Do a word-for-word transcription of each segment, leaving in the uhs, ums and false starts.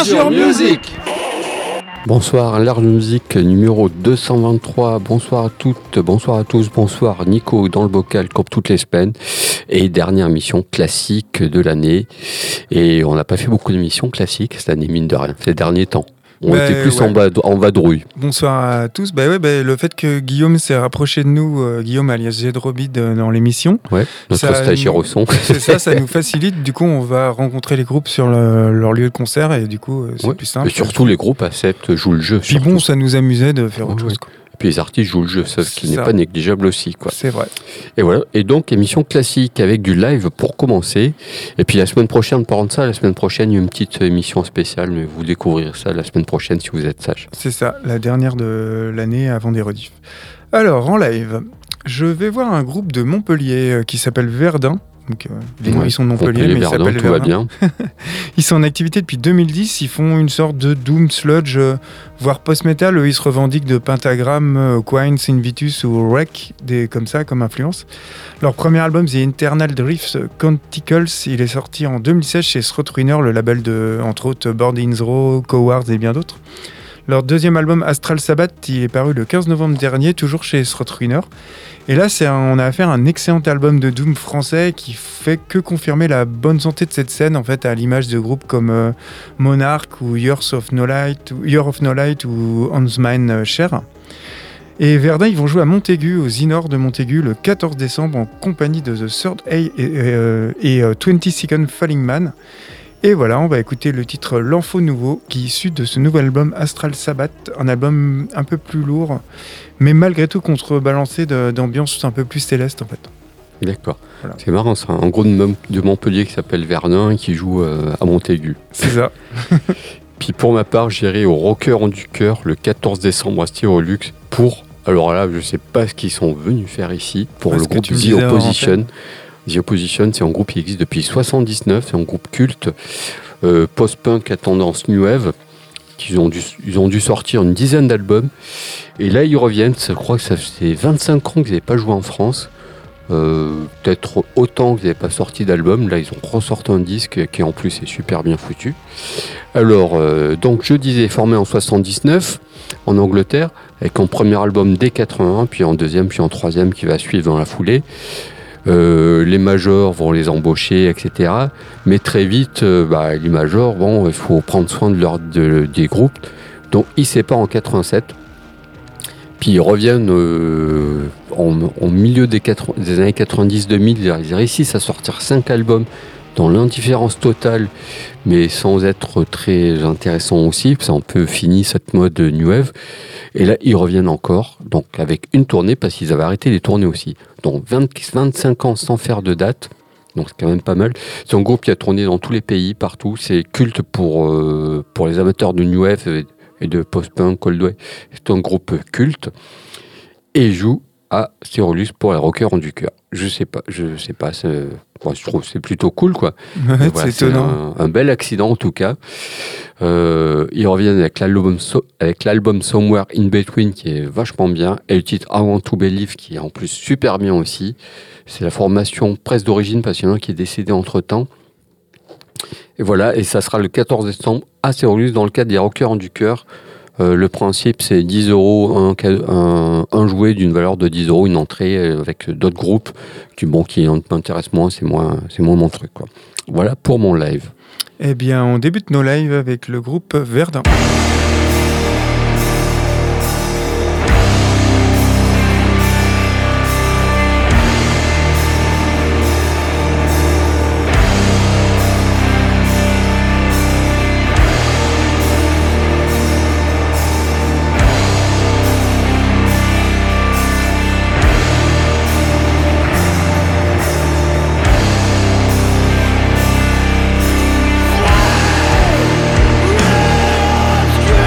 Largeur Music. Bonsoir, Largeur Music numéro deux cent vingt-trois. Bonsoir à toutes, bonsoir à tous, bonsoir Nico dans le bocal comme toutes les semaines. Et dernière émission classique de l'année. Et on n'a pas fait beaucoup d'émissions classiques cette année, mine de rien, ces derniers temps. On bah, était plus ouais. en, bad- en vadrouille. Bonsoir à tous. Bah ouais, bah, le fait que Guillaume s'est rapproché de nous, euh, Guillaume alias Jedrobid euh, dans l'émission. Ouais, notre stagiaire au son. C'est ça, ça nous facilite. Du coup, on va rencontrer les groupes sur le, leur lieu de concert et du coup, euh, c'est ouais. plus simple. Et surtout, les groupes à sept jouent le jeu. Puis surtout. bon, ça nous amusait de faire autre ouais. chose. Quoi. Et puis les artistes jouent le jeu, ça, ce qui C'est n'est ça. pas négligeable aussi, quoi. C'est vrai. Et voilà. Et donc, émission classique avec du live pour commencer. Et puis la semaine prochaine, parlant de ça, la semaine prochaine, il y a une petite émission spéciale, mais vous découvrirez ça la semaine prochaine si vous êtes sage. C'est ça, la dernière de l'année avant des rediffs. Alors, en live, je vais voir un groupe de Montpellier euh, qui s'appelle Verdun. Donc, euh, évidemment, Ouais. ils sont de Montpellier, Montpellier, mais ils Verdun, s'appellent tout va Verdun. bien. Ils sont en activité depuis deux mille dix, ils font une sorte de doom sludge, euh, voire post-metal. Eux, ils se revendiquent de Pentagram, euh, Quines, Invitus ou Wreck, des comme ça, comme influence. Leur premier album, The Internal Drifts Canticles, il est sorti en deux mille seize chez Throttwinner, le label de, entre autres, Board in Row, Cowards et bien d'autres. Leur deuxième album, Astral Sabbath, il est paru le quinze novembre dernier, toujours chez Throttwinner. Et là, c'est un, on a affaire à un excellent album de doom français qui fait que confirmer la bonne santé de cette scène, en fait, à l'image de groupes comme euh, Monarch ou Years of No Light, ou Year of No Light ou Hans Mein Cher. Et Verdun, ils vont jouer à Montaigu, au Zinor de Montaigu, le quatorze décembre, en compagnie de The Third A et, euh, et euh, vingt-second Falling Man. Et voilà, on va écouter le titre L'Enfant Nouveau, qui est issu de ce nouvel album Astral Sabbath, un album un peu plus lourd, mais malgré tout contrebalancé de, d'ambiance un peu plus céleste en fait. D'accord. Voilà. C'est marrant, c'est un groupe de, de Montpellier qui s'appelle Verdun et qui joue euh, à Montaigu. C'est ça. Puis pour ma part, j'irai au Rocker en du Cœur le quatorze décembre à Styrolux pour, alors là, je sais pas ce qu'ils sont venus faire ici, pour Parce le que groupe tu me The disais en Opposition. The Opposition, c'est un groupe qui existe depuis soixante-dix-neuf, c'est un groupe culte, euh, post-punk à tendance new wave. Ils ont, dû, ils ont dû sortir une dizaine d'albums. Et là, ils reviennent. Je crois que ça fait vingt-cinq ans qu'ils n'avaient pas joué en France. Euh, peut-être autant qu'ils n'avaient pas sorti d'album. Là, ils ont ressorti un disque qui, en plus, est super bien foutu. Alors, euh, donc, je disais, formé en soixante-dix-neuf, en Angleterre, avec un premier album dès quatre-vingt-un, puis en deuxième, puis en troisième, qui va suivre dans la foulée. Euh, les majors vont les embaucher, et cetera. Mais très vite, euh, bah, les majors, bon, il faut prendre soin de leur, de, des groupes. Donc, ils se séparent en quatre-vingt-sept. Puis ils reviennent euh, en, en milieu des, quatre, des années quatre-vingt-dix deux mille. Ils réussissent à sortir cinq albums dans l'indifférence totale, mais sans être très intéressant aussi. Ça, on peut finir cette mode New Wave. Et là, ils reviennent encore, donc avec une tournée, parce qu'ils avaient arrêté les tournées aussi. Donc vingt, vingt-cinq ans sans faire de date, donc c'est quand même pas mal. C'est un groupe qui a tourné dans tous les pays, partout. C'est culte pour, euh, pour les amateurs de New Wave et, et de post-punk, cold wave. C'est un groupe culte. Et il joue à Styrolux pour les rockers en du cœur. Je sais pas, je sais pas, c'est, bon, je trouve que c'est plutôt cool, quoi. Ouais, Voilà, c'est étonnant. un, un bel accident en tout cas. Euh, ils reviennent avec l'album, so- avec l'album Somewhere in Between qui est vachement bien et le titre I Want to Believe qui est en plus super bien aussi. C'est la formation presque d'origine parce qu'il y en a un qui est décédé entre temps. Et voilà, et ça sera le quatorze décembre à Styrolux dans le cadre des Rockers en du Cœur. Euh, le principe, c'est dix euros, un, un, un jouet d'une valeur de dix euros, une entrée avec d'autres groupes qui, bon, qui m'intéressent moins, c'est moins, c'est moins mon truc, quoi. Voilà pour mon live. Eh bien, on débute nos lives avec le groupe Verdun. Let's go!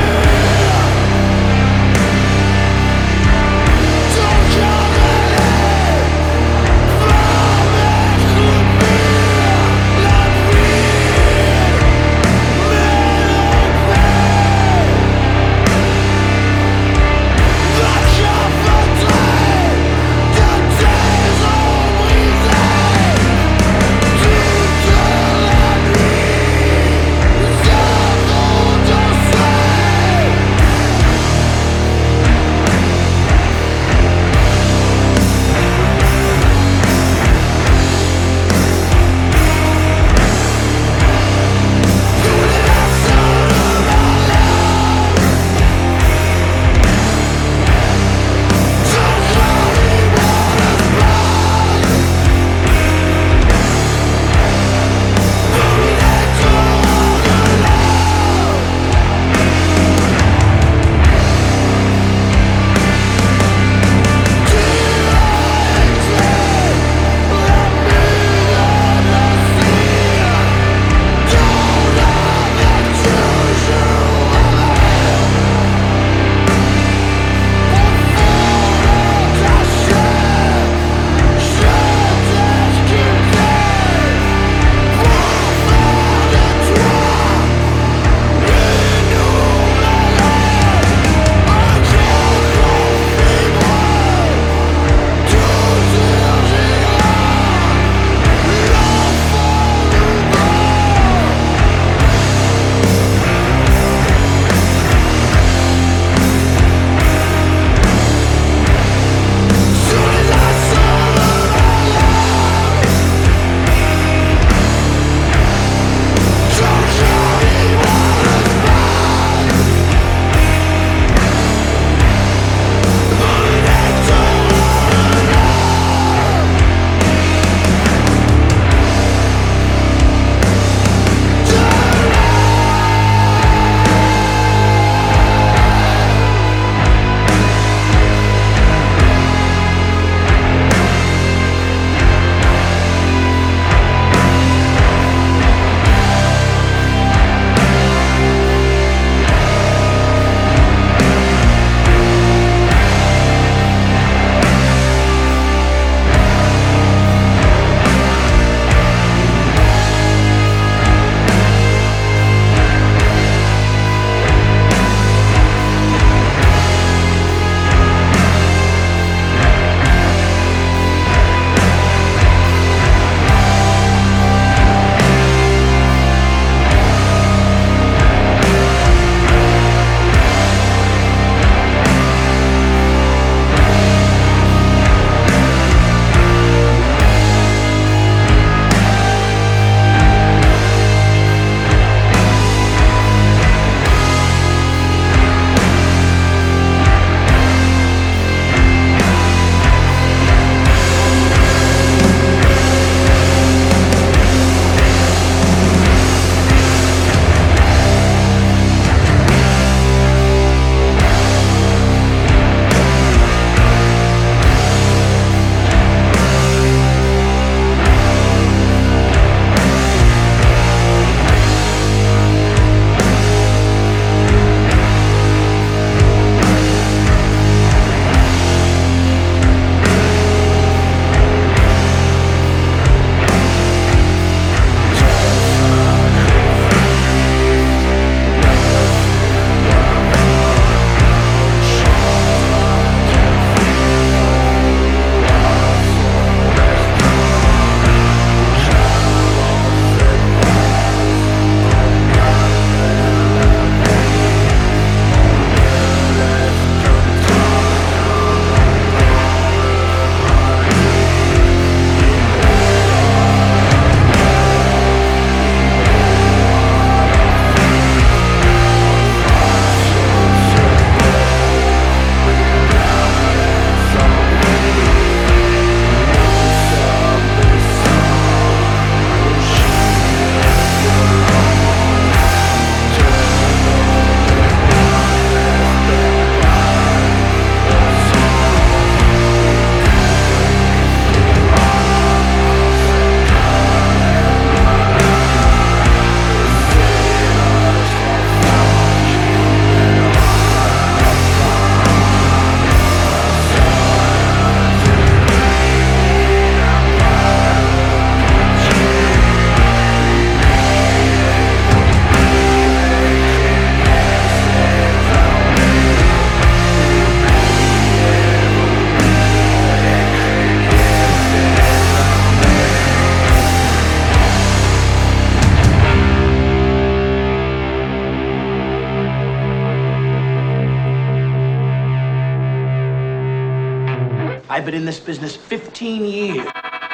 I've been in this business fifteen years.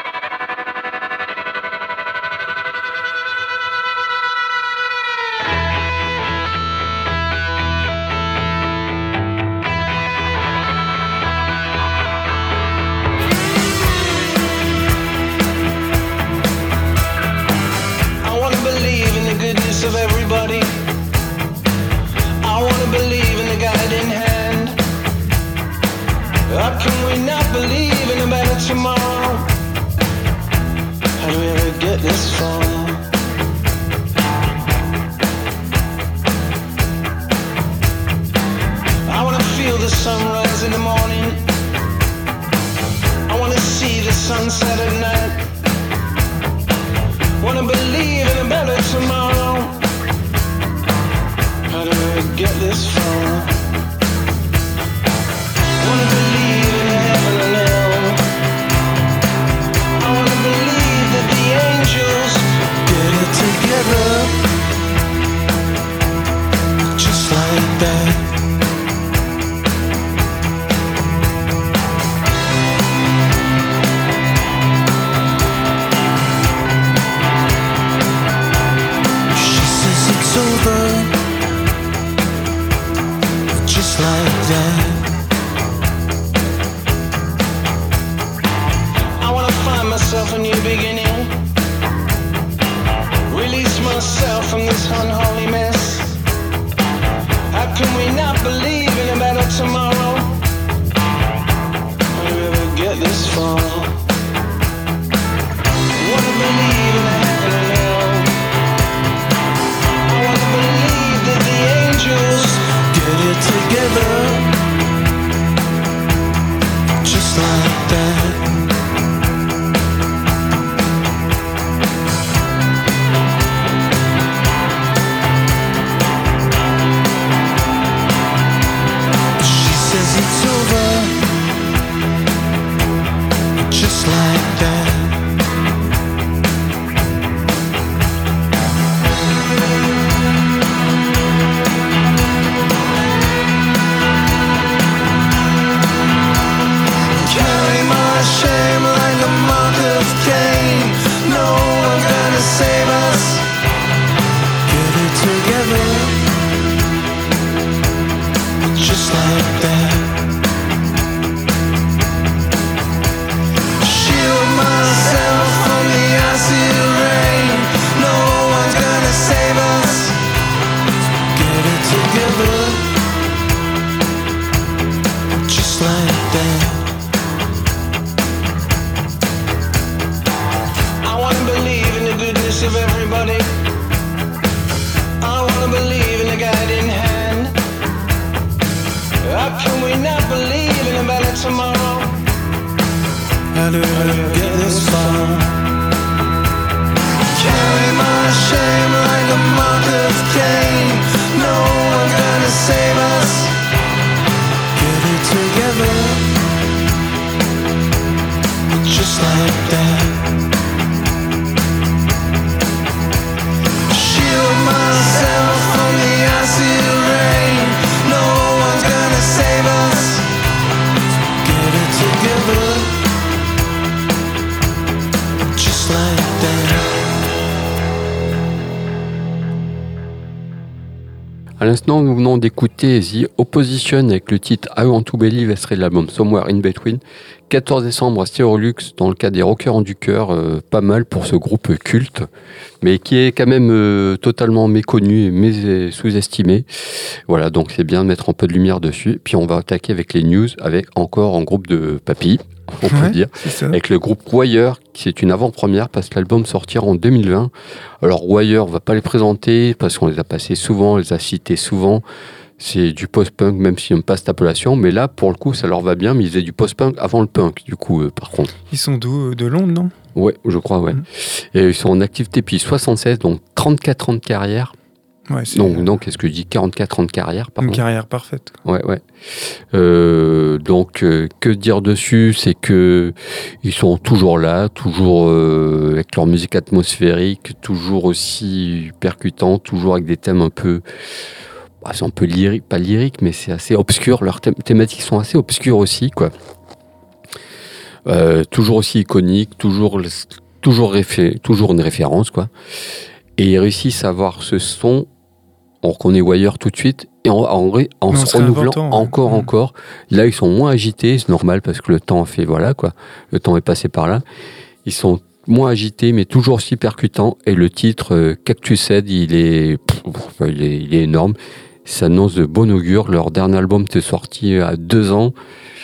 Of everybody, I want to believe in the guiding hand. How can we not believe in a better tomorrow? How do we ever get this far? I want to feel the sunrise in the morning. I want to see the sunset at night. Wanna believe in a better tomorrow. How do I get this far? Wanna believe in heaven and hell. I wanna believe that the angels get it together, just like that. Just like that. I wanna find myself a new beginning. Release myself from this unholy mess. How can we not believe in a better tomorrow? How do we ever get this far? Wanna believe in heaven and hell. I wanna believe that the angels get it together, just like that. She says it's over, just like that. Shame like the mark of Cain. No one's gonna save us. Get it together, just like that. Shield myself from the acid rain. No one's gonna save us. Get it together, just like that. Of everybody, I wanna believe in the guiding hand. How can we not believe in a better tomorrow? How do we get this far? Carry my shame like the mark of Cain. No one's gonna save us. Get it together, just like that. Myself from the acid rain. No one's gonna save us. Get it together, just like that. À l'instant, nous venons d'écouter The Opposition avec le titre I Want to Believe, extrait de l'album Somewhere in Between. quatorze décembre à Stérolux, dans le cas des Rockers en du cœur, euh, pas mal pour ce groupe culte, mais qui est quand même euh, totalement méconnu et més- sous-estimé. Voilà, donc c'est bien de mettre un peu de lumière dessus. Puis on va attaquer avec les news, avec encore un groupe de papilles, on peut Ouais, dire, c'est ça. avec le groupe Wire, qui est une avant-première parce que l'album sortira en deux mille vingt. Alors Wire, on va pas les présenter parce qu'on les a passés souvent, on les a cités souvent. C'est du post-punk, même s'ils n'aiment pas cette appellation. Mais là, pour le coup, ça leur va bien. Mais ils faisaient du post-punk avant le punk, du coup, euh, par contre. Ils sont d'où? De Londres, non? Ouais, je crois, ouais. Mmh. Et ils sont en activité depuis soixante-seize, donc trente-quatre ans de carrière. Ouais, c'est Donc, donc est-ce que je dis quarante-quatre ans de carrière, une pardon. carrière parfaite. Ouais, ouais. Euh, donc, euh, que dire dessus? C'est que ils sont toujours là, toujours euh, avec leur musique atmosphérique, toujours aussi percutant, toujours avec des thèmes un peu... Bah, c'est un peu lyrique, pas lyrique, mais c'est assez obscur. Leurs thém- thématiques sont assez obscures aussi, quoi. Euh, toujours aussi iconique, toujours, toujours, réfé- toujours une référence, quoi. Et ils réussissent à avoir ce son, on reconnaît Wire tout de suite, et en, en, en se renouvelant ouais. encore, mmh. encore. Là, ils sont moins agités, c'est normal, parce que le temps fait, voilà, quoi. Le temps est passé par là. Ils sont moins agités, mais toujours aussi percutants. Et le titre, euh, Cactus Head, il est, pff, il est, il est énorme. Ça annonce de bon augure. Leur dernier album était sorti à deux ans.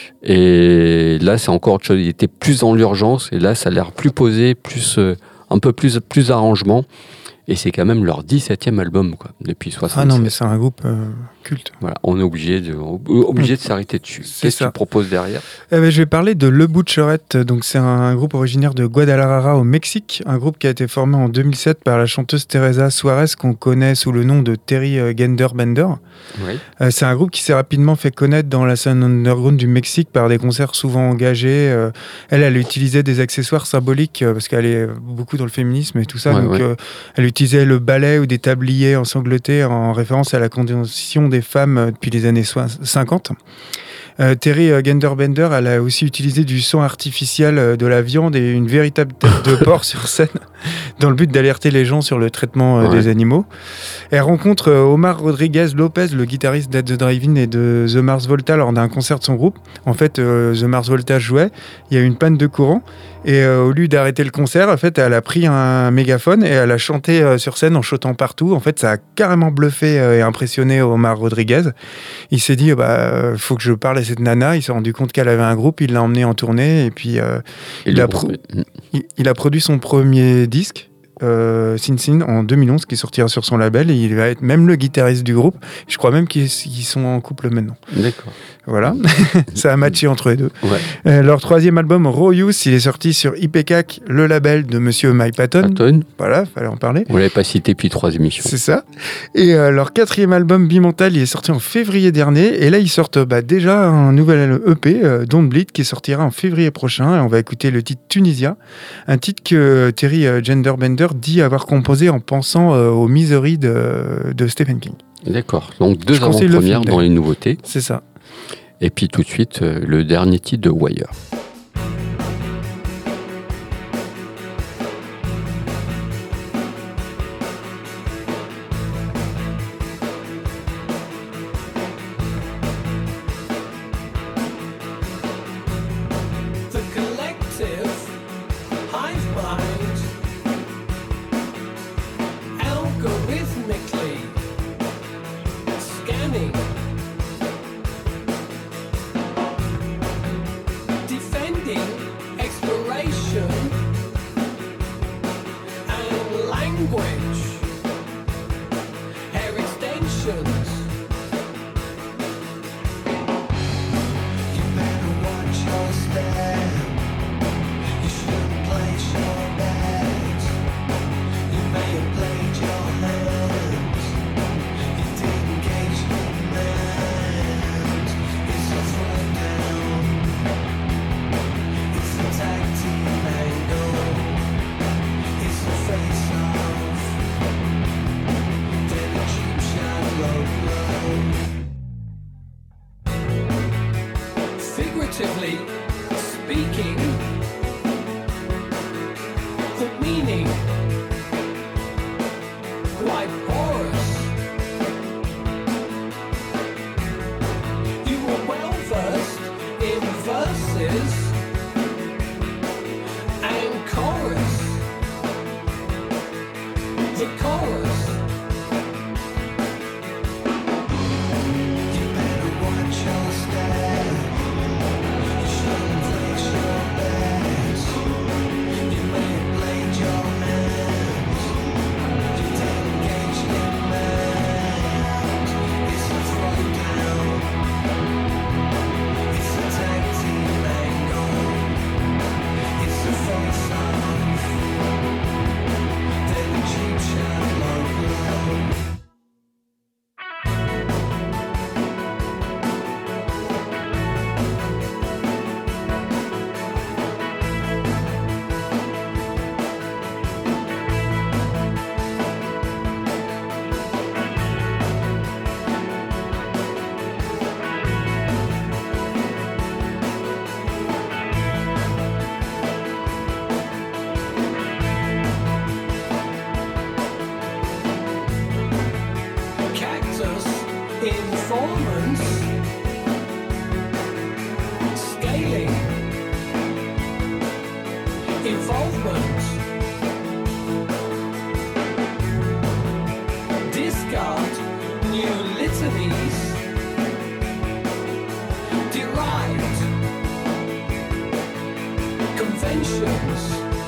Et là, c'est encore autre chose. Il était plus dans l'urgence. Et là, ça a l'air plus posé, plus, euh, un peu plus, plus arrangement. Et c'est quand même leur dix-septième album, quoi, depuis soixante-sept. Ah non, mais c'est un groupe euh, culte. Voilà, on est obligé de, obligé de s'arrêter dessus. C'est Qu'est-ce ça. que tu proposes derrière ? Eh ben, je vais parler de Le Butcherette. Donc, c'est un groupe originaire de Guadalajara au Mexique. Un groupe qui a été formé en deux mille sept par la chanteuse Teresa Suarez, qu'on connaît sous le nom de Terry euh, Genderbender. Oui. Euh, c'est un groupe qui s'est rapidement fait connaître dans la scène underground du Mexique par des concerts souvent engagés. Euh, elle, elle utilisait des accessoires symboliques euh, parce qu'elle est beaucoup dans le féminisme et tout ça. Ouais, donc, ouais. euh, elle utilisait le balai ou des tabliers ensanglantés en référence à la condition des femmes euh, depuis les années cinquante. Euh, Terry euh, Genderbender, elle a aussi utilisé du son artificiel, euh, de la viande et une véritable tête de porc sur scène dans le but d'alerter les gens sur le traitement euh, Ouais. des animaux. Elle rencontre euh, Omar Rodriguez Lopez, le guitariste d'At the Drive-In et de The Mars Volta lors d'un concert de son groupe. En fait, euh, The Mars Volta jouait, il y a eu une panne de courant et euh, au lieu d'arrêter le concert, en fait, elle a pris un mégaphone et elle a chanté euh, sur scène en chantant partout. En fait, ça a carrément bluffé euh, et impressionné Omar Rodriguez. Il s'est dit, bah, faut que je parle à cette nana. Il s'est rendu compte qu'elle avait un groupe, il l'a emmenée en tournée et puis euh, Et il, le a groupe- pro- il, il a produit son premier disque. Euh, Sin Sin en deux mille onze qui sortira sur son label et il va être même le guitariste du groupe. Je crois même qu'ils qu'ils sont en couple maintenant. D'accord. Voilà, ça a matché entre les deux. Ouais. Euh, leur troisième album, Raw Youth, il est sorti sur Ipecac, le label de Monsieur Mike Patton. Patton, Voilà, fallait en parler. on l'avait pas cité depuis trois émissions. C'est ça. Et euh, leur quatrième album, Bimental, il est sorti en février dernier. Et là, ils sortent bah, déjà un nouvel E P, euh, Don't Bleed, qui sortira en février prochain. Et on va écouter le titre Tunisia, un titre que Terry euh, Genderbender dit avoir composé en pensant euh, aux Misery de, de Stephen King. D'accord. Donc deux Je conseille le avant-premières film, dans les nouveautés. C'est ça. Et puis tout de suite, euh, le dernier titre de Wire. The collective hive mind algorithmically scanning, defending exploration and language, hair extensions. You better watch your step. You shouldn't place your bets. You may have played your hands. You didn't gauge demand. It's a throwdown. It's a tag team angle. It's a face-off. Then a cheap shot low blow. Figuratively speaking, the meaning quite porous. You were well versed in verses and chorus. The chorus. You better watch your step. You shouldn't place your bets. You may have played your hand. Performance, scaling, involvement, discard new litanies, derived conventions.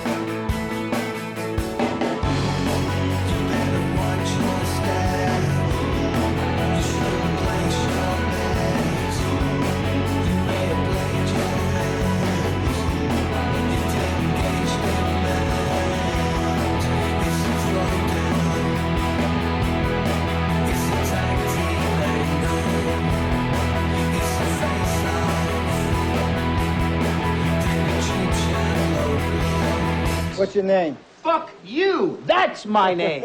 What's your name? Fuck you! That's my name!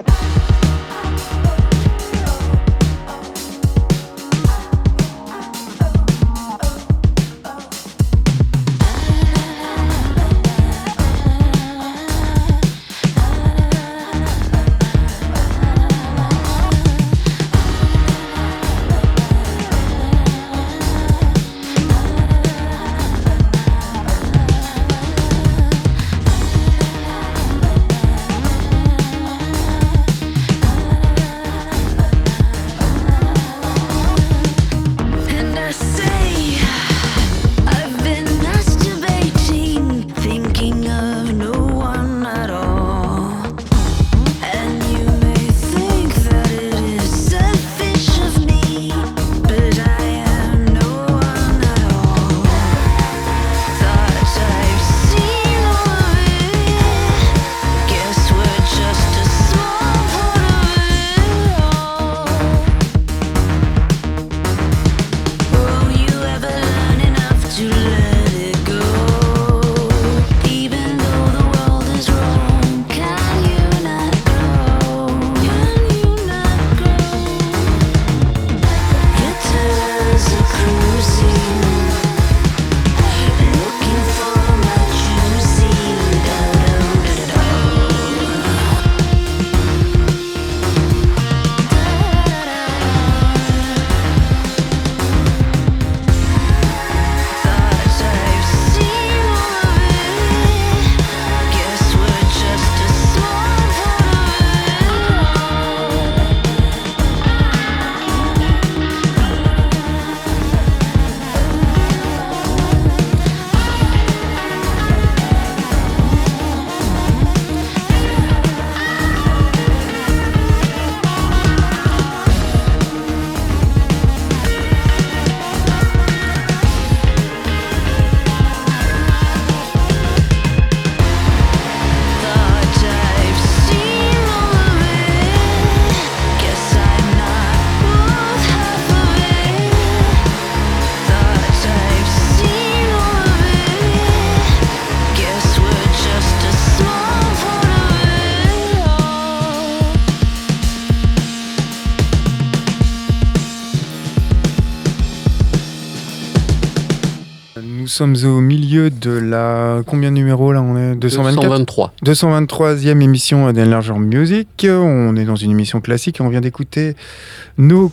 Nous sommes au milieu de la... Combien de numéros là on est deux cent vingt-quatre deux cent vingt-trois. deux cent vingt-troisième émission d'Enlarger Music. On est dans une émission classique et on vient d'écouter nos,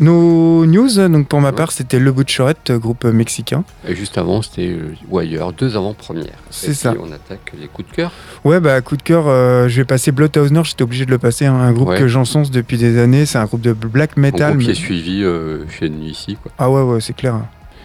nos news. Donc pour ma part, c'était Le Butcherette, groupe mexicain. Et juste avant, c'était Wire, deux avant-premières. C'est et ça. Puis on attaque les coups de cœur. Ouais, bah coup de cœur, euh, je vais passer Bloodhouse North, j'étais obligé de le passer. Hein, un groupe Ouais. que j'encense depuis des années. C'est un groupe de black Un metal. groupe qui mais- est suivi euh, chez nous ici, quoi. Ah ouais, ouais, c'est clair.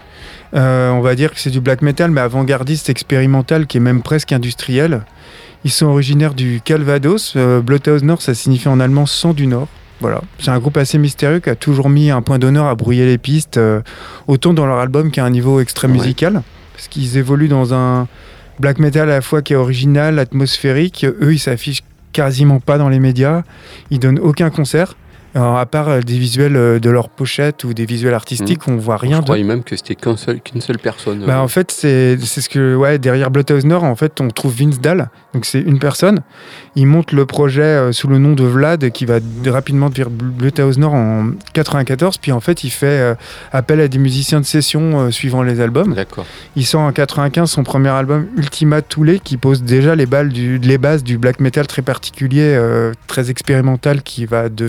Euh, on va dire que c'est du black metal, mais avant-gardiste, expérimental, qui est même presque industriel. Ils sont originaires du Calvados. Euh, Bloodhouse North, ça signifie en allemand sang du Nord. Voilà. C'est un groupe assez mystérieux qui a toujours mis un point d'honneur à brouiller les pistes, euh, autant dans leur album qu'à un niveau extra Ouais. musical, parce qu'ils évoluent dans un black metal à la fois qui est original, atmosphérique. Eux, ils s'affichent quasiment pas dans les médias. Ils donnent aucun concert. Alors, à part euh, des visuels euh, de leur pochette ou des visuels artistiques, on voit rien Je de. croyais même que c'était qu'un seul, qu'une seule personne. Bah, euh, en fait, c'est c'est ce que ouais, derrière Bloodhouse North, en fait, on trouve Vince Dahl. Donc c'est une personne. Il monte le projet euh, sous le nom de Vlad, qui va d- rapidement devenir Bl- Bloodhouse North en quatre-vingt-quatorze. Puis en fait, il fait euh, appel à des musiciens de session euh, suivant les albums. D'accord. Il sort en quatre-vingt-quinze son premier album Ultima Thule, qui pose déjà les, balles du, les bases du black metal très particulier, euh, très expérimental, qui va devenir par la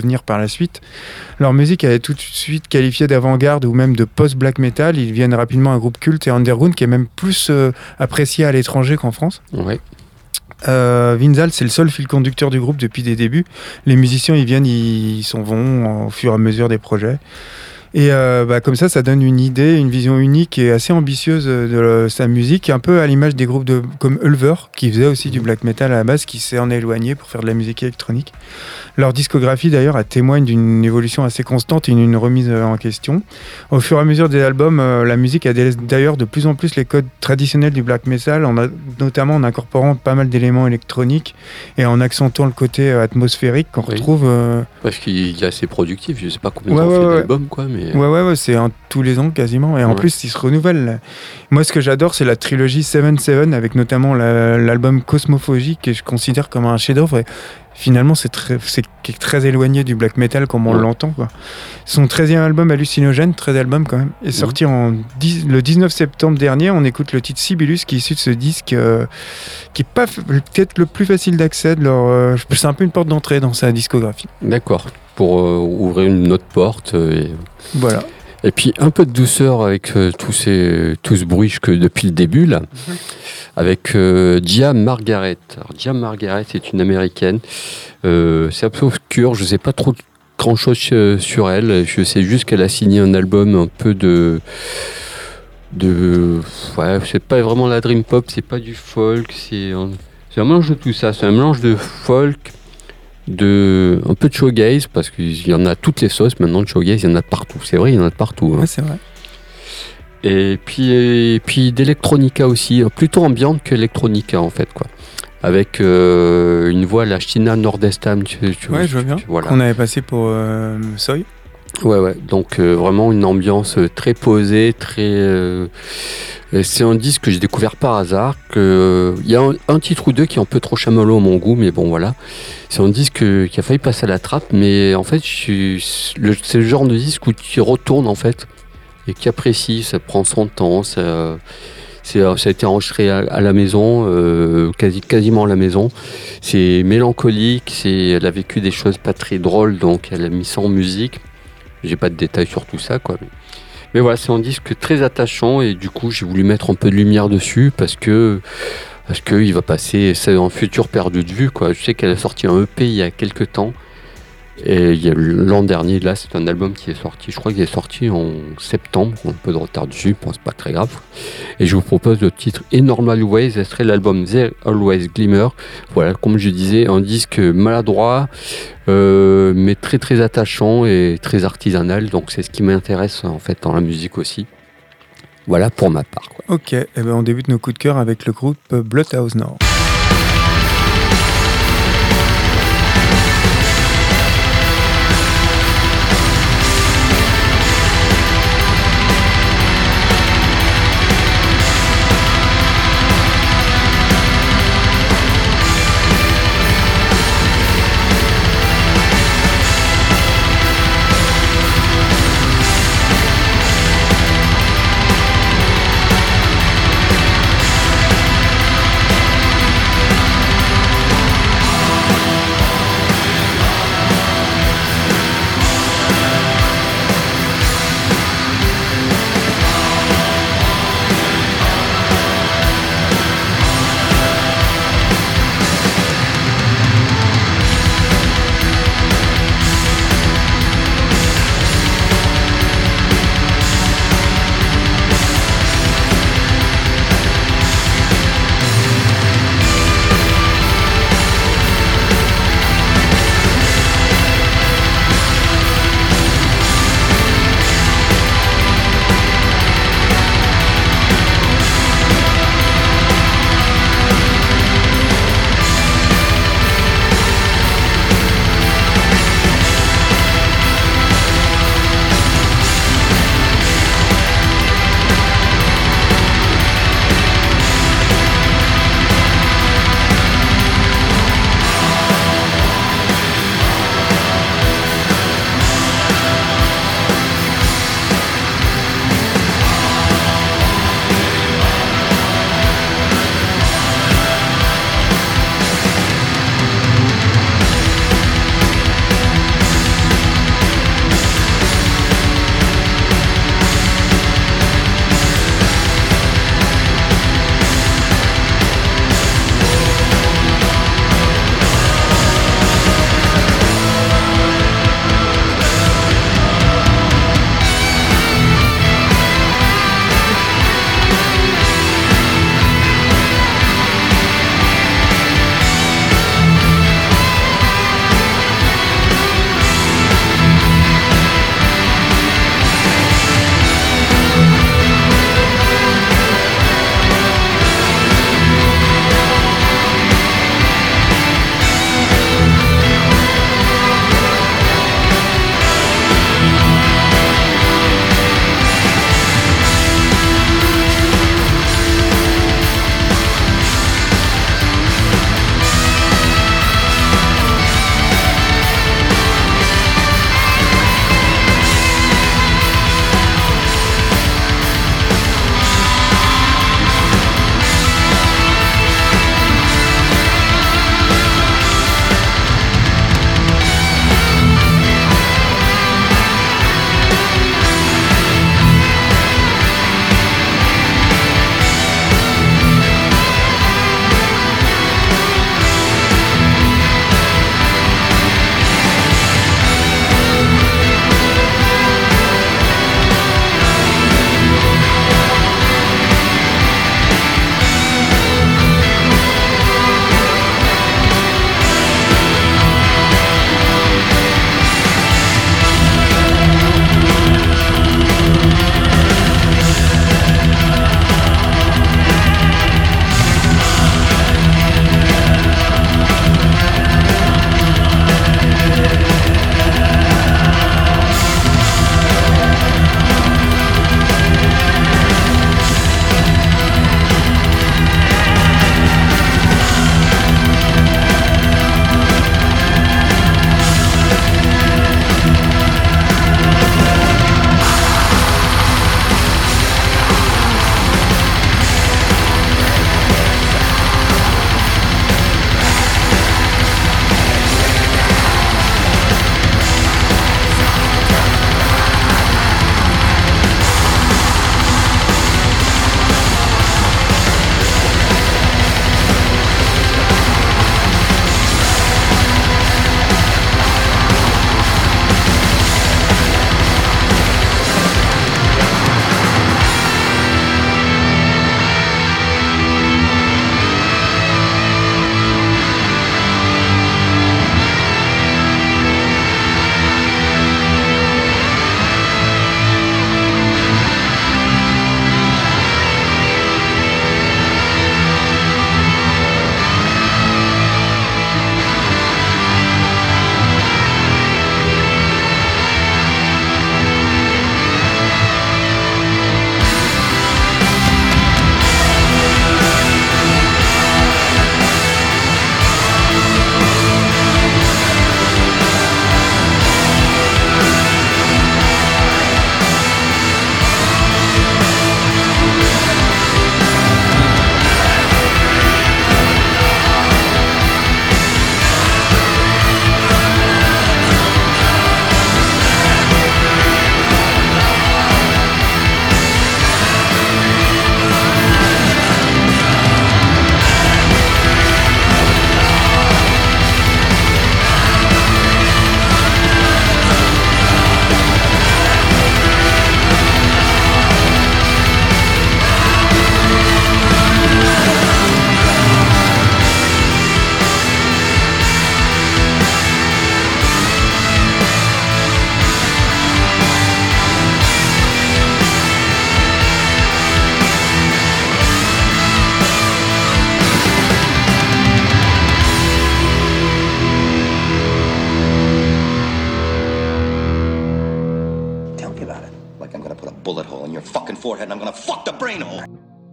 suite. Leur musique elle est tout de suite qualifiée d'avant-garde ou même de post-black metal. Ils deviennent rapidement un groupe culte et underground qui est même plus euh, apprécié à l'étranger qu'en France. Ouais. Euh, Vinzal, c'est le seul fil conducteur du groupe depuis des débuts. Les musiciens, ils viennent, ils s'en vont au fur et à mesure des projets. Et euh, bah, comme ça, ça donne une idée, une vision unique et assez ambitieuse de euh, sa musique, un peu à l'image des groupes de, comme Ulver, qui faisait aussi du black metal à la base, qui s'est en éloigné pour faire de la musique électronique. Leur discographie, d'ailleurs, elle témoigne d'une évolution assez constante et d'une remise en question. Au fur et à mesure des albums, euh, la musique a délaisse d'ailleurs de plus en plus les codes traditionnels du black metal, en a, notamment en incorporant pas mal d'éléments électroniques et en accentuant le côté euh, atmosphérique qu'on Oui. retrouve... Euh... Parce qu'il est assez productif, je sais pas combien Ouais, de temps ouais, fait ouais. d'albums, quoi, mais... Ouais, ouais, ouais, c'est un, tous les ans quasiment. Et en Ouais. plus, ils se renouvellent. Moi, ce que j'adore, c'est la trilogie sept sept, avec notamment la, l'album Cosmophagie, que je considère comme un chef-d'œuvre. Et finalement, c'est très, c'est très éloigné du black metal comme on Ouais. l'entend, quoi. Son treizième album, Hallucinogène, treize albums quand même, est sorti en dix, le dix-neuf septembre dernier. On écoute le titre Sibylus, qui est issu de ce disque, euh, qui est pas f- peut-être le plus facile d'accès. De leur, euh, c'est un peu une porte d'entrée dans sa discographie. D'accord, pour euh, ouvrir une autre porte. euh, et... Voilà. Et puis un peu de douceur avec euh, tous ces, tout ce bruit que depuis le début là, avec euh, Dia Margaret. Alors, Dia Margaret est une américaine. Euh, c'est un peu obscur, je sais pas trop grand chose euh, sur elle. Je sais juste qu'elle a signé un album un peu de, de, ouais, c'est pas vraiment la dream pop, c'est pas du folk, c'est un, c'est un mélange de tout ça. C'est un mélange de folk, de un peu de shoegaze, parce qu'il y en a toutes les sauces maintenant, de shoegaze, il y en a de partout, c'est vrai, il y en a de partout, hein. Ouais, c'est vrai. Et puis et puis d'electronica aussi, plutôt ambiante que electronica en fait, quoi, avec euh, une voix à la China Nordestam, tu, tu Ouais, je vois bien. tu- voilà. Qu'on avait passé pour euh, Soy. Ouais, ouais. Donc euh, vraiment une ambiance euh, très posée, très. euh, et c'est un disque que j'ai découvert par hasard. Que il y a un, un titre ou deux qui est un peu trop chamallow à mon goût, mais bon voilà. C'est un disque euh, qui a failli passer à la trappe, mais en fait, je suis- le- c'est le genre de disque où tu retournes en fait et qui apprécie. Ça prend son temps. Ça, c'est, ça a été enregistré à, à la maison, euh, quasi, quasiment à la maison. C'est mélancolique. C'est, elle a vécu des choses pas très drôles, donc elle a mis ça en musique. J'ai pas de détails sur tout ça, quoi. Mais voilà, c'est un disque très attachant et du coup, j'ai voulu mettre un peu de lumière dessus parce que parce que il va passer, c'est un futur perdu de vue, quoi. Je sais qu'elle a sorti un E P il y a quelques temps et il y a l'an dernier, là, c'est un album qui est sorti. Je crois qu'il est sorti en septembre, un peu de retard dessus, je pense pas très grave. Et je vous propose le titre A Normal Ways, ce serait l'album There Always Glimmer. Voilà, comme je disais, un disque maladroit. Euh, mais très très attachant et très artisanal, donc c'est ce qui m'intéresse en fait dans la musique aussi. Voilà pour ma part, quoi. Ok, et ben on débute nos coups de cœur avec le groupe Bloodhouse Nord. Thank forehead and I'm gonna fuck the brain hole.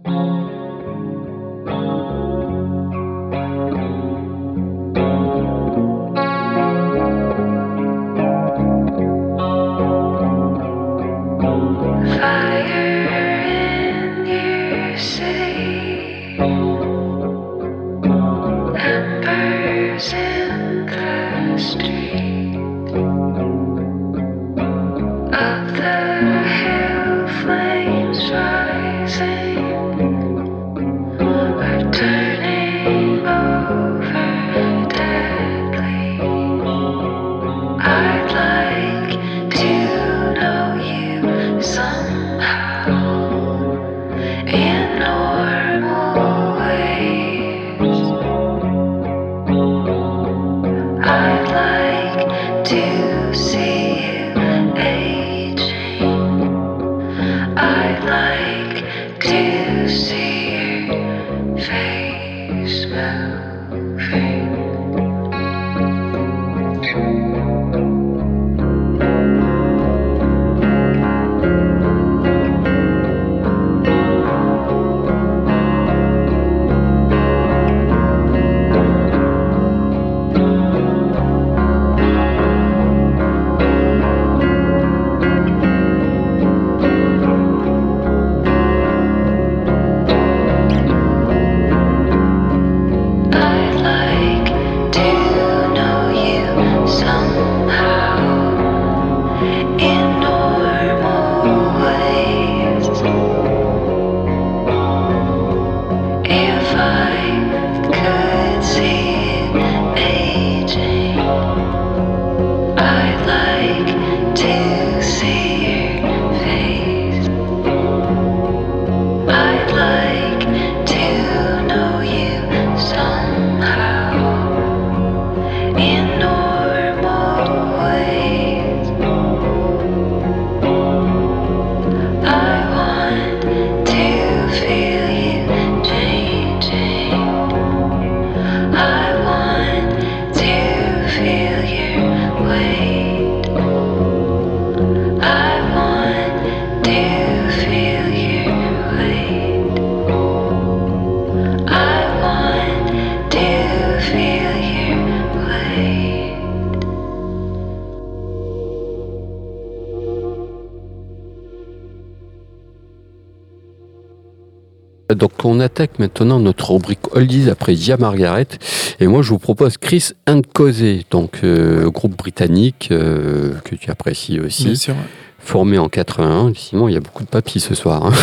Donc on attaque maintenant notre rubrique Oldies après Gia Margaret et moi je vous propose Chris and Cosey, donc euh, groupe britannique euh, que tu apprécies aussi. Bien sûr. Formé en quatre-vingt-un, sinon il y a beaucoup de papy ce soir. Hein.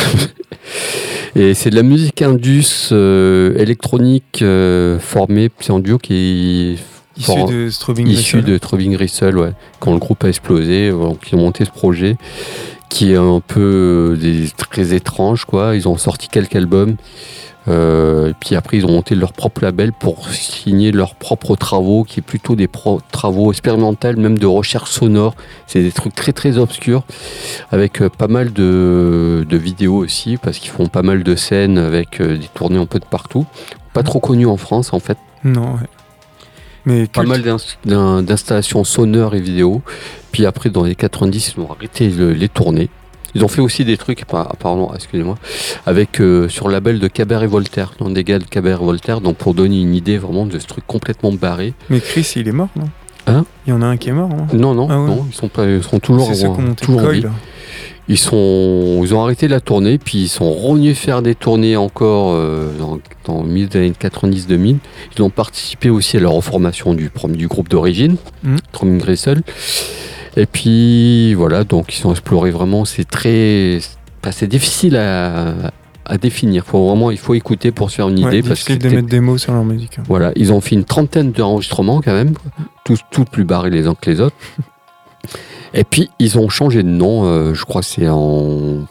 Et c'est de la musique indus euh, électronique euh, formée, c'est en duo qui est Issu for... de Strobing issu de Strobing Grissel, ouais. Quand le groupe a explosé, donc ils ont monté ce projet qui est un peu des, très étrange, quoi. Ils ont sorti quelques albums, euh, et puis après ils ont monté leur propre label pour signer leurs propres travaux, qui est plutôt des pro- travaux expérimentaux, même de recherche sonore. C'est des trucs très très obscurs, avec euh, pas mal de, de vidéos aussi, parce qu'ils font pas mal de scènes avec euh, des tournées un peu de partout. Pas trop connus en France en fait. Non, ouais. Mais Pas culte. mal d'inst- d'in- d'installations sonores et vidéos. Puis après, dans les quatre-vingt-dix, ils ont arrêté le- les tournées. Ils ont fait aussi des trucs, par- pardon, excusez-moi, avec euh, sur le label de Cabaret Voltaire, non, des gars de Cabaret Voltaire, donc pour donner une idée vraiment de ce truc complètement barré. Mais Chris, il est mort, non Hein Il y en a un qui est mort, non Non, non, Ah ouais. non, ils sont pas, ils sont toujours, C'est ceux qui ont en, monté toujours en Coil. vie. Ils sont, ils ont arrêté la tournée, puis ils sont revenus faire des tournées encore euh, dans, dans le milieu des années quatre-vingt-dix deux mille. Ils ont participé aussi à la reformation du, du groupe d'origine, Mm. Stroming Grissel. Et puis voilà, donc ils ont exploré vraiment. C'est très, enfin, c'est difficile à, à définir. Faut vraiment, il faut écouter pour se faire une Ouais, idée, parce que difficile de c'était- mettre des mots sur leur musique. hein. voilà, ils ont fait une trentaine d'enregistrements quand même, tous, tous plus barrés les uns que les autres. Et puis ils ont changé de nom, euh, je crois que c'est en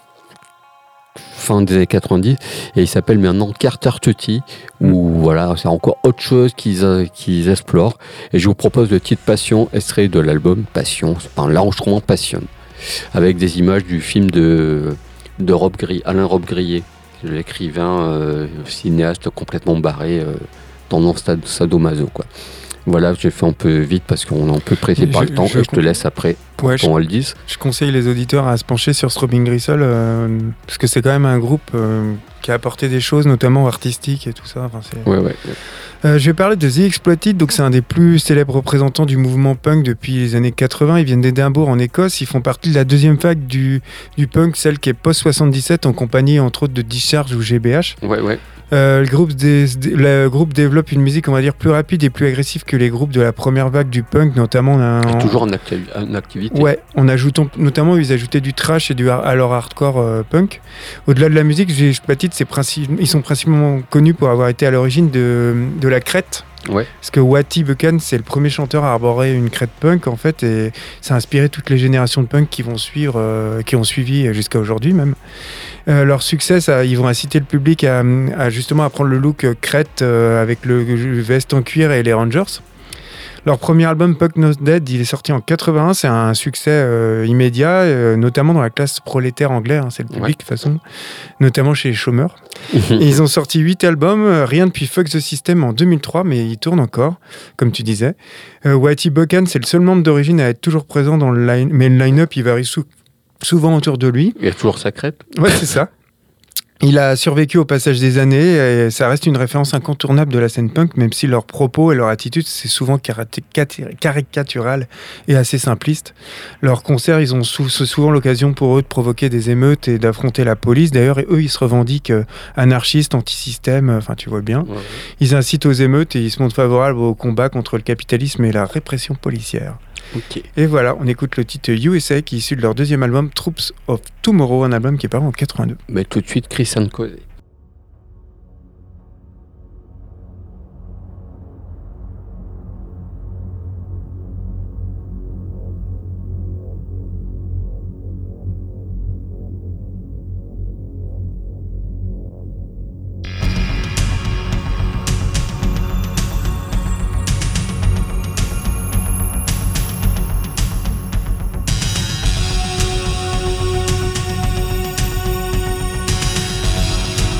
fin des années quatre-vingt-dix, et ils s'appellent maintenant Carter Tutty, où voilà, c'est encore autre chose qu'ils, euh, qu'ils explorent. Et je vous propose le titre Passion, extrait de l'album Passion, enfin l'enregistrement Passion, avec des images du film de, de Rob Gri- Alain Rob Grillet, l'écrivain euh, cinéaste complètement barré, euh, tendance sad- sadomaso, quoi. Voilà, j'ai fait un peu vite parce qu'on est un peu pressé par Je- le temps, je et je te comprends. laisse après pour Ouais, ton je- oldies. Je conseille les auditeurs à se pencher sur Throbbing Gristle euh, parce que c'est quand même un groupe euh, qui a apporté des choses, notamment artistiques et tout ça. Enfin, c'est... Ouais, ouais. Euh, je vais parler de The Exploited, donc c'est un des plus célèbres représentants du mouvement punk depuis les années quatre-vingts. Ils viennent d'Édimbourg en Écosse, ils font partie de la deuxième vague du, du punk, celle qui est post soixante-dix-sept en compagnie entre autres de Discharge ou G B H. Ouais, ouais. Euh, le, groupe des- le groupe développe une musique on va dire plus rapide et plus agressive que les groupes de la première vague du punk, notamment en, Et toujours en, acti- en activité. Ouais, en ajoutant, notamment ils ajoutaient du trash et du har- à leur hardcore euh, punk. Au-delà de la musique, The Exploited, c'est princi- ils sont principalement connus pour avoir été à l'origine de, de la crête. Ouais. Parce que Wattie Buchan, c'est le premier chanteur à arborer une crête punk en fait, et ça a inspiré toutes les générations de punk qui vont suivre, euh, qui ont suivi jusqu'à aujourd'hui même. Euh, leur succès, ça, ils vont inciter le public à, à justement à prendre le look euh, crête euh, avec le, le veste en cuir et les Rangers. Leur premier album, Punk Not Dead, il est sorti en quatre-vingt-un, c'est un succès euh, immédiat, euh, notamment dans la classe prolétaire anglais, hein, c'est le public Ouais. de toute façon, notamment chez les chômeurs. Et ils ont sorti huit albums, euh, rien depuis Fuck the System en deux mille trois, mais ils tournent encore, comme tu disais. Euh, Wattie Buchan, c'est le seul membre d'origine à être toujours présent dans le line, mais le line-up, il varie sou- souvent autour de lui. Il y a toujours sa crête. Ouais, c'est ça. Il a survécu au passage des années et ça reste une référence incontournable de la scène punk, même si leurs propos et leur attitude, c'est souvent caricaté- caricatural et assez simpliste. Leurs concerts, ils ont sou- c'est souvent l'occasion pour eux de provoquer des émeutes et d'affronter la police. D'ailleurs, et eux, ils se revendiquent euh, anarchistes, anti-système, euh, enfin, tu vois bien. Ouais, ouais. Ils incitent aux émeutes et ils se montrent favorables au combat contre le capitalisme et la répression policière. Ok. Et voilà, on écoute le titre U S A qui est issu de leur deuxième album Troops of Tomorrow, un album qui est paru en quatre-vingt-deux. Mais tout de suite, Chris Cose. Thank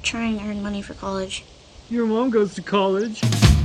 trying to earn money for college. Your mom goes to college.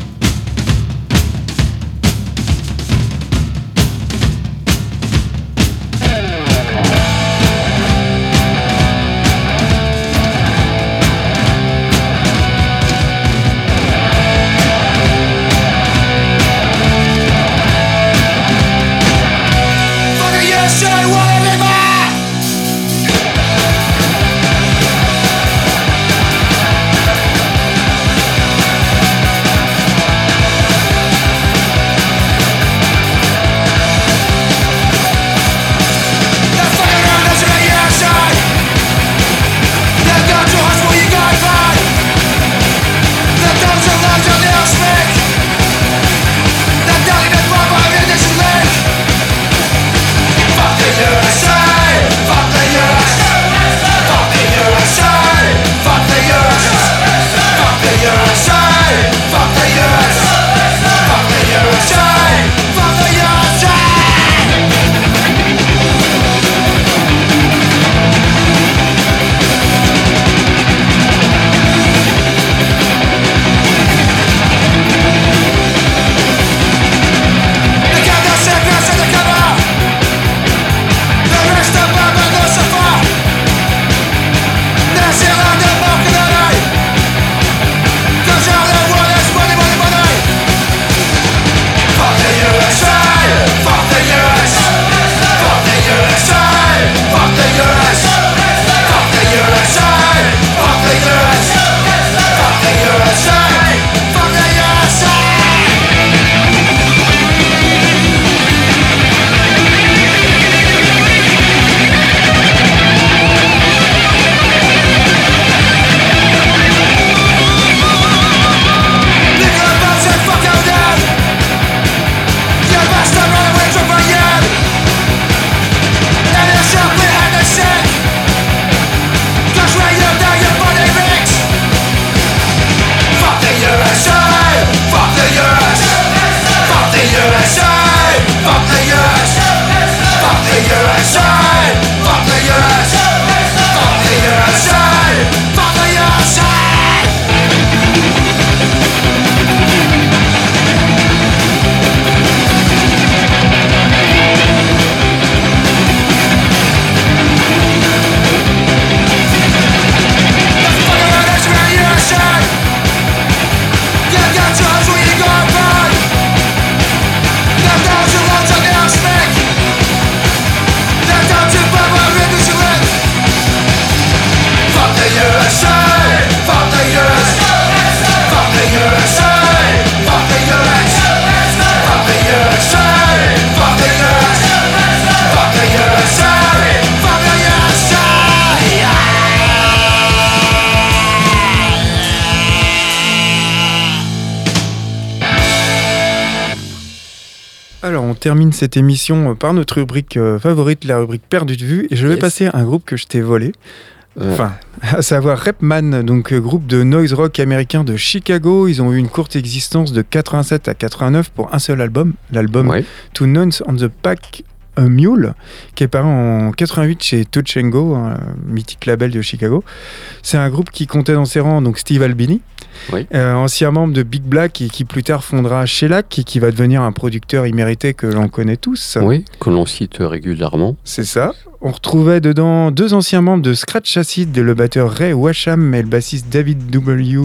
Alors, on termine cette émission par notre rubrique euh, favorite, la rubrique perdue de vue. Et je vais Yes. passer à un groupe que je t'ai volé. Euh, Enfin, à savoir Repman, donc euh, groupe de noise rock américain de Chicago. Ils ont eu une courte existence de quatre-vingt-sept à quatre-vingt-neuf pour un seul album, l'album ouais. Two Nuns on the Pack a Mule, qui est paru en quatre-vingt-huit chez Touch and Go, un mythique label de Chicago. C'est un groupe qui comptait dans ses rangs donc Steve Albini, Oui. euh, ancien membre de Big Black et qui plus tard fondera Shellac et qui va devenir un producteur immérité que l'on connaît tous. Oui, que l'on cite régulièrement. C'est ça. On retrouvait dedans deux anciens membres de Scratch Acid, le batteur Ray Washam et le bassiste David W.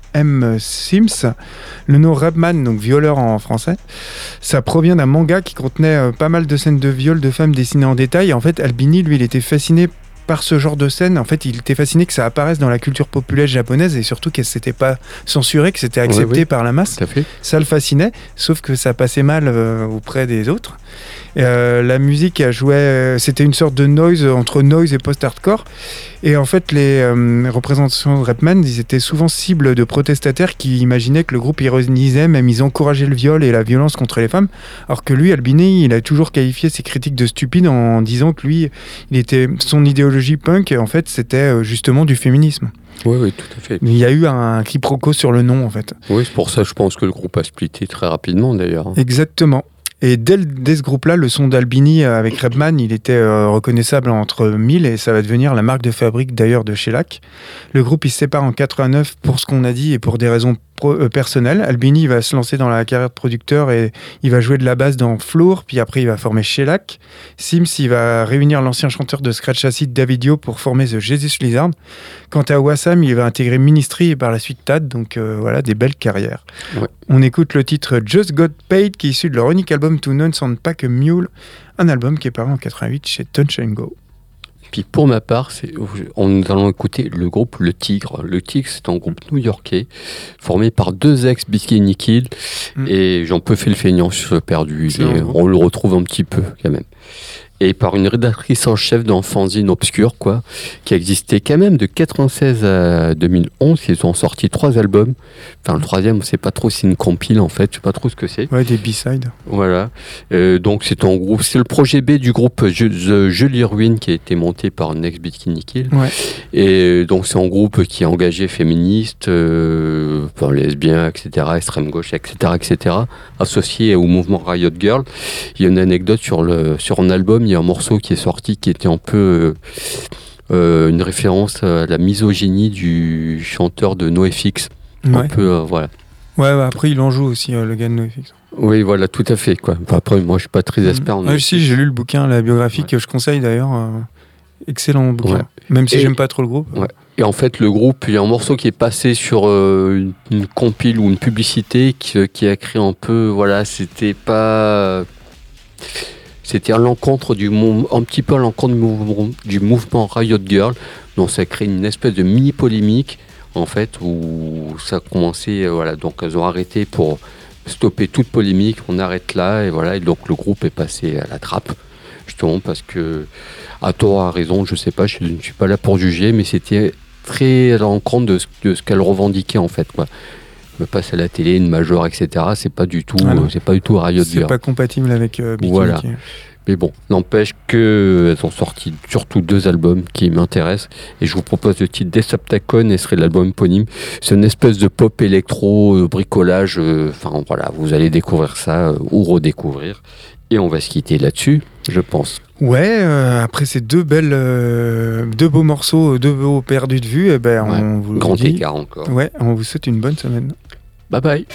M. Sims. Le nom Repman, donc violeur en français, ça provient d'un manga qui contenait euh, pas mal de scènes de viol de femmes dessinées en détail. Et en fait, Albini, lui, il était fasciné par ce genre de scène. En fait, il était fasciné que ça apparaisse dans la culture populaire japonaise et surtout qu'elle s'était pas censurée, que c'était accepté Oui, oui. par la masse. Tout à fait. Ça le fascinait, sauf que ça passait mal euh, auprès des autres. Et, euh, la musique a joué, euh, c'était une sorte de noise entre noise et post-hardcore. Et en fait, les euh, représentations de Repman, ils étaient souvent cibles de protestataires qui imaginaient que le groupe ironisait, même ils encourageaient le viol et la violence contre les femmes. Alors que lui, Albini, il a toujours qualifié ses critiques de stupides en disant que lui, il était, son idéologie punk, en fait, c'était euh, justement du féminisme. Oui, oui, tout à fait. Mais il y a eu un quiproquo sur le nom, en fait. Oui, c'est pour ça, je pense que le groupe a splitté très rapidement, d'ailleurs. Exactement. Et dès, dès ce groupe-là, le son d'Albini avec Redman, il était euh, reconnaissable entre mille et ça va devenir la marque de fabrique d'ailleurs de Shellac. Le groupe il se sépare en quatre-vingt-neuf pour ce qu'on a dit et pour des raisons pro- euh, personnelles. Albini il va se lancer dans la carrière de producteur et il va jouer de la basse dans Floor, puis après il va former Shellac. Sims il va réunir l'ancien chanteur de Scratch Acid David Dio pour former The Jesus Lizard. Quant à Wassam, il va intégrer Ministry et par la suite Tad, donc euh, voilà, des belles carrières. Ouais. On écoute le titre Just Got Paid qui est issu de leur unique album To None Sound Pack a Mule, un album qui est paru en quatre-vingt-huit chez Touch and Go. Puis pour ma part, c'est, on, nous allons écouter le groupe Le Tigre. Le Tigre, c'est un groupe new-yorkais formé par deux ex-Bikini Kill mm. et j'en peux faire le feignant sur Perdu. Et on le retrouve un petit peu quand même. Et par une rédactrice en chef d'un fanzine obscur, quoi, qui a existé quand même de quatre-vingt-seize à deux mille onze. Ils ont sorti trois albums. Enfin, le troisième, on ne sait pas trop si c'est une compile, en fait. Je ne sais pas trop ce que c'est. Ouais, des B-sides. Voilà. Euh, donc, c'est un groupe. C'est le projet B du groupe The Julie Ruin qui a été monté par Next Bikini Kill. Ouais. Et donc, c'est un groupe qui est engagé féministe, euh, enfin, lesbien, et cetera, extrême gauche, et cetera, et cetera, associé au mouvement Riot Girl. Il y a une anecdote sur, le, sur un album. Il y a un morceau qui est sorti qui était un peu euh, euh, une référence à la misogynie du chanteur de NoFX. Ouais. Un peu, euh, voilà. Ouais, ouais, après il en joue aussi, euh, le gars de NoFX. Oui, voilà, tout à fait. Quoi. Enfin, après, moi, je suis pas très expert. Mmh. Ouais, si, j'ai lu le bouquin, la biographie ouais. que je conseille d'ailleurs. Euh, excellent bouquin. Ouais. Même si et, j'aime pas trop le groupe. Ouais. Et en fait, le groupe, il y a un morceau qui est passé sur euh, une, une compile ou une publicité qui, qui a créé un peu, voilà, c'était pas. C'était à l'encontre du un petit peu à l'encontre du mouvement, du mouvement Riot Girl. Donc ça a créé une espèce de mini polémique en fait où ça a commencé. Voilà, donc elles ont arrêté pour stopper toute polémique. On arrête là et voilà. Et donc le groupe est passé à la trappe justement parce que à tort à raison, je sais pas, je ne suis pas là pour juger, mais c'était très à l'encontre de ce, de ce qu'elles revendiquaient en fait quoi. Me passe à la télé, une major, et cetera. C'est pas du tout, ah euh, c'est pas du tout Riot Girl. C'est pas compatible avec euh, Bikini. Voilà. Mais bon, n'empêche qu'elles ont sorti surtout deux albums qui m'intéressent. Et je vous propose le titre Decepticon et serait l'album éponyme. C'est une espèce de pop électro, euh, bricolage. Enfin euh, voilà, vous allez découvrir ça euh, ou redécouvrir. Et on va se quitter là-dessus, je pense. Ouais, euh, après ces deux belles, euh, deux beaux morceaux, deux beaux perdus de vue, eh ben ouais, on vous grand dit, écart encore. Ouais, on vous souhaite une bonne semaine. Bye bye.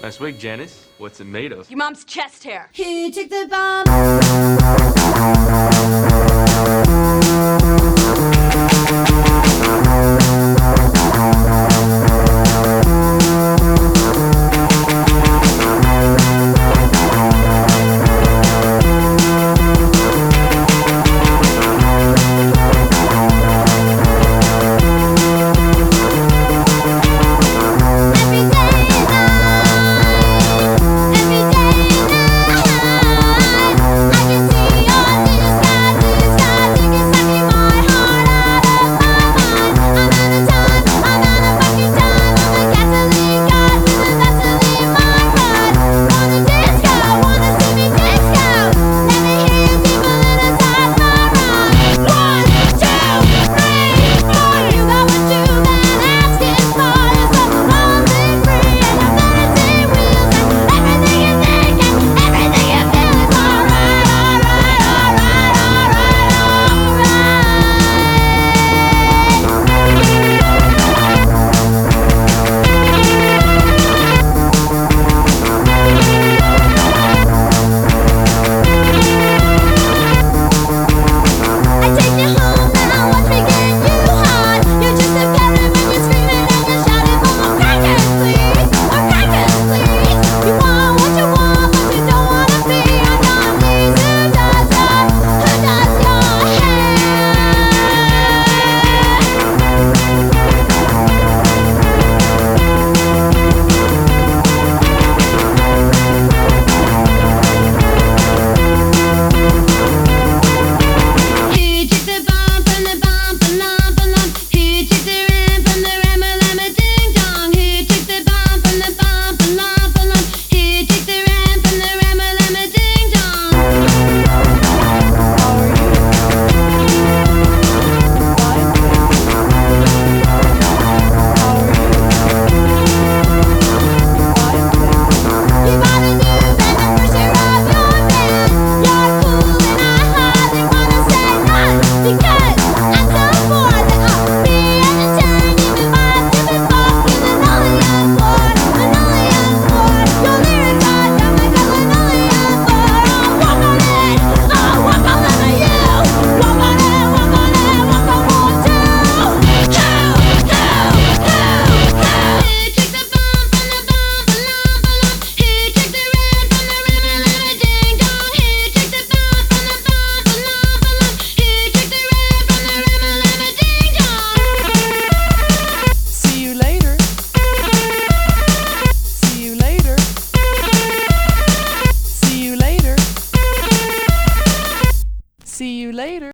Nice wig, Janice. What's it made of? Your mom's chest hair. He took the bomb.